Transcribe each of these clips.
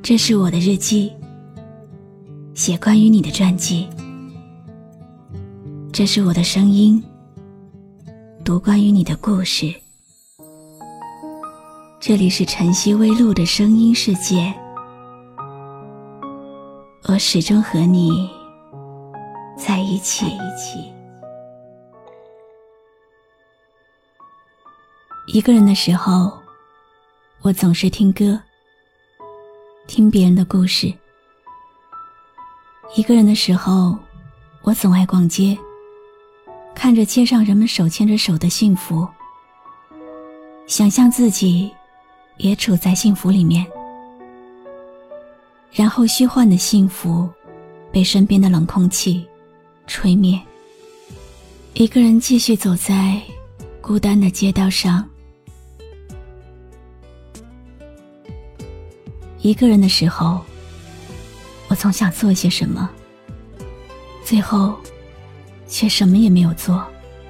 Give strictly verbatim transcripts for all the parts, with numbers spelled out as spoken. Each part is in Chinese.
这是我的日记，写关于你的传记。这是我的声音，读关于你的故事。这里是晨曦微露的声音世界，我始终和你在一起。一个人的时候，我总是听歌，听别人的故事。一个人的时候，我总爱逛街，看着街上人们手牵着手的幸福，想象自己也处在幸福里面，然后虚幻的幸福被身边的冷空气吹灭。一个人继续走在孤单的街道上。一个人的时候，我总想做些什么，最后却什么也没有做，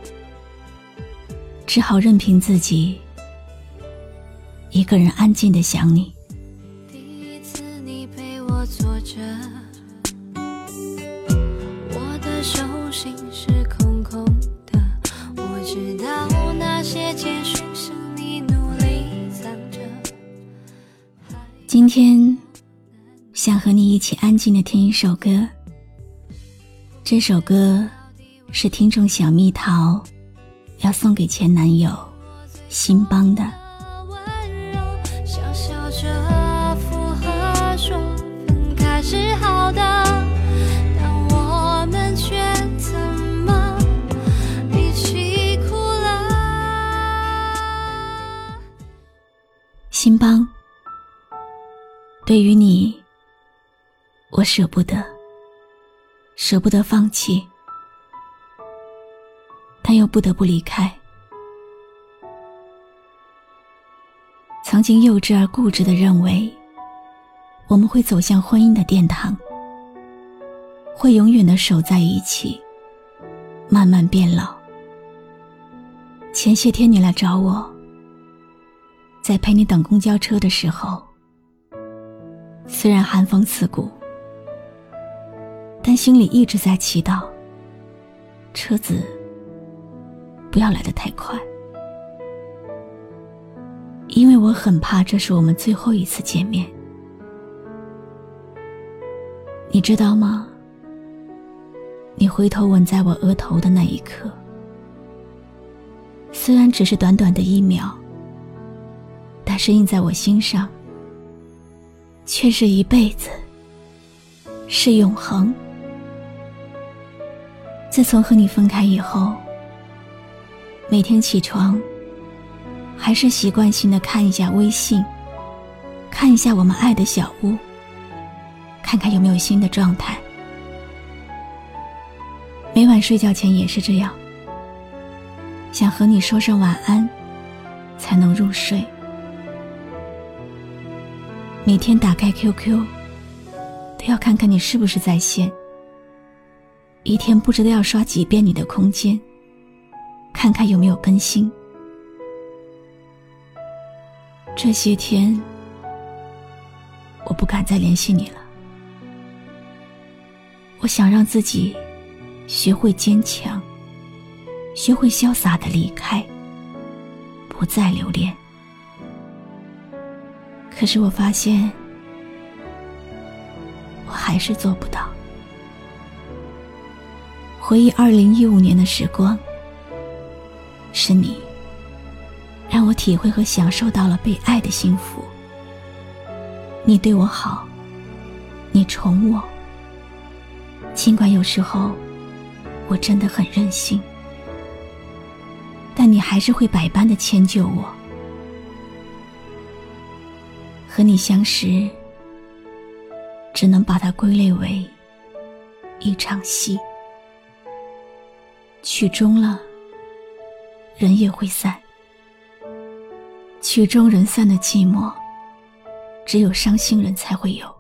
只好任凭自己一个人安静地想你。 第一次你陪我坐着，我的手心是空空的，我知道那些结束是你努力藏着。 今天想和你一起安静地听一首歌，这首歌是听众小蜜桃要送给前男友辛邦的。 笑笑着附和说分开是好的，但我们却怎么一起哭了。 辛邦，对于你，我舍不得，舍不得放弃，但又不得不离开。曾经幼稚而固执地认为，我们会走向婚姻的殿堂，会永远地守在一起，慢慢变老。前些天你来找我，在陪你等公交车的时候，虽然寒风刺骨，但心里一直在祈祷，车子不要来得太快，因为我很怕这是我们最后一次见面。你知道吗？你回头吻在我额头的那一刻，虽然只是短短的一秒，但是印在我心上，却是一辈子，是永恒。自从和你分开以后，每天起床还是习惯性地看一下微信，看一下我们爱的小屋，看看有没有新的状态。每晚睡觉前也是这样，想和你说声晚安才能入睡。每天打开 Q Q 都要看看你是不是在线，一天不知道要刷几遍你的空间，看看有没有更新。这些天我不敢再联系你了，我想让自己学会坚强，学会潇洒地离开，不再留恋。可是我发现我还是做不到。回忆二零一五年的时光，是你让我体会和享受到了被爱的幸福。你对我好，你宠我，尽管有时候我真的很任性，但你还是会百般的迁就我。和你相识，只能把它归类为一场戏，曲终了，人也会散。曲终人散的寂寞，只有伤心人才会有。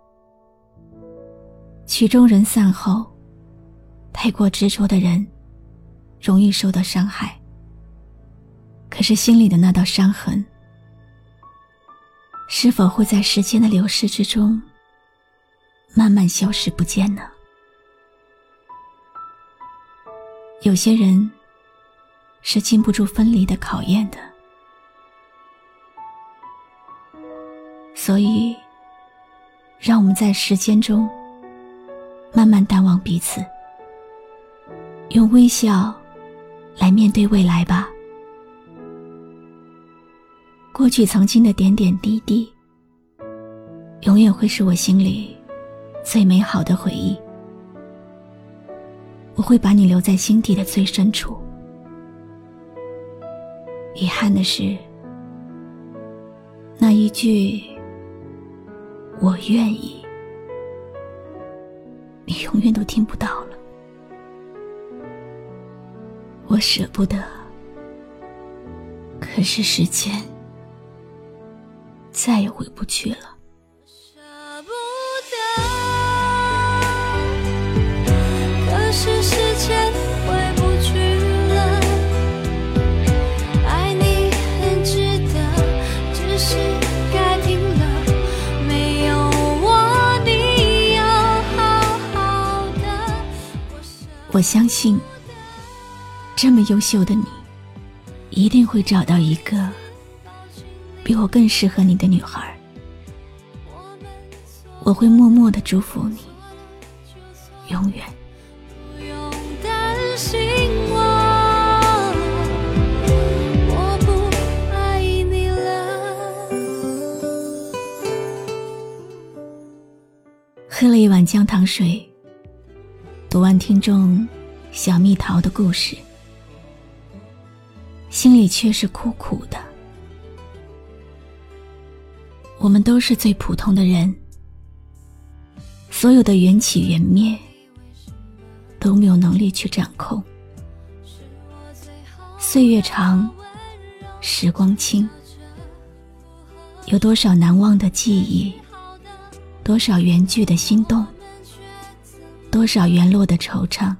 曲终人散后，太过执着的人容易受到伤害，可是心里的那道伤痕是否会在时间的流逝之中慢慢消失不见呢？有些人是经不住分离的考验的，所以让我们在时间中慢慢淡忘彼此，用微笑来面对未来吧。过去曾经的点点滴滴，永远会是我心里最美好的回忆。我会把你留在心底的最深处。遗憾的是，那一句我愿意，你永远都听不到了。我舍不得，可是时间再也回不去了。 舍不得，可是时间回不去了。爱你很值得，只是该停了。没有我，你要好好的。 我相信，这么优秀的你，一定会找到一个比我更适合你的女孩。我会默默地祝福你，永远。 不用担心我，我不爱你了。 喝了一碗姜糖水，读完听众小蜜桃的故事，心里却是苦苦的。我们都是最普通的人，所有的缘起缘灭都没有能力去掌控。岁月长，时光轻，有多少难忘的记忆，多少缘聚的心动，多少缘落的惆怅，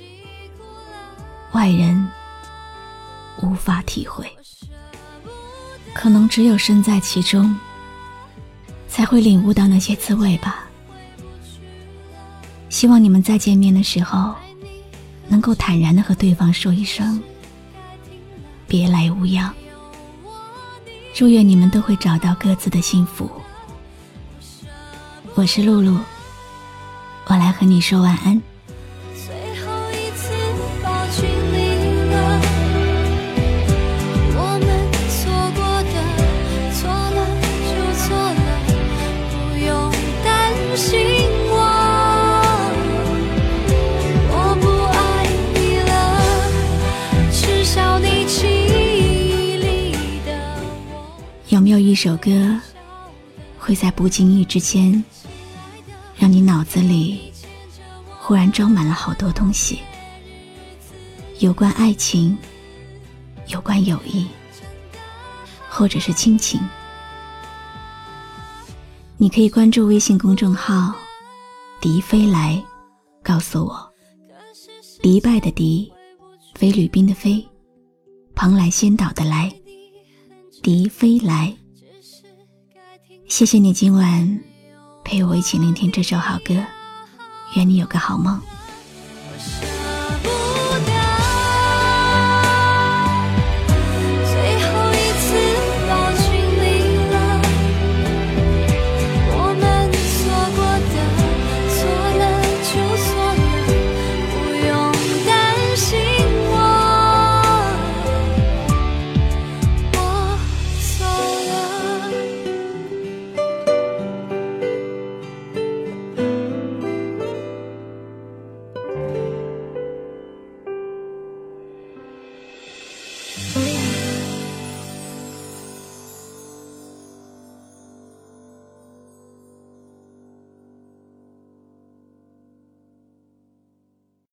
外人无法体会，可能只有身在其中才会领悟到那些滋味吧。希望你们再见面的时候，能够坦然地和对方说一声别来无恙。祝愿你们都会找到各自的幸福。我是露露，我来和你说晚安。 最后一次抱紧你了，我们错过的，错了就错了，不用担心我，我不爱你了，至少你记忆里的我。 有没有一首歌会在不经意之间让你脑子里忽然装满了好多东西，有关爱情，有关友谊，或者是亲情？你可以关注微信公众号迪飞来，告诉我。迪拜的迪，菲律宾的菲，蓬莱仙岛的来，迪飞来。谢谢你今晚陪我一起聆听这首好歌，愿你有个好梦。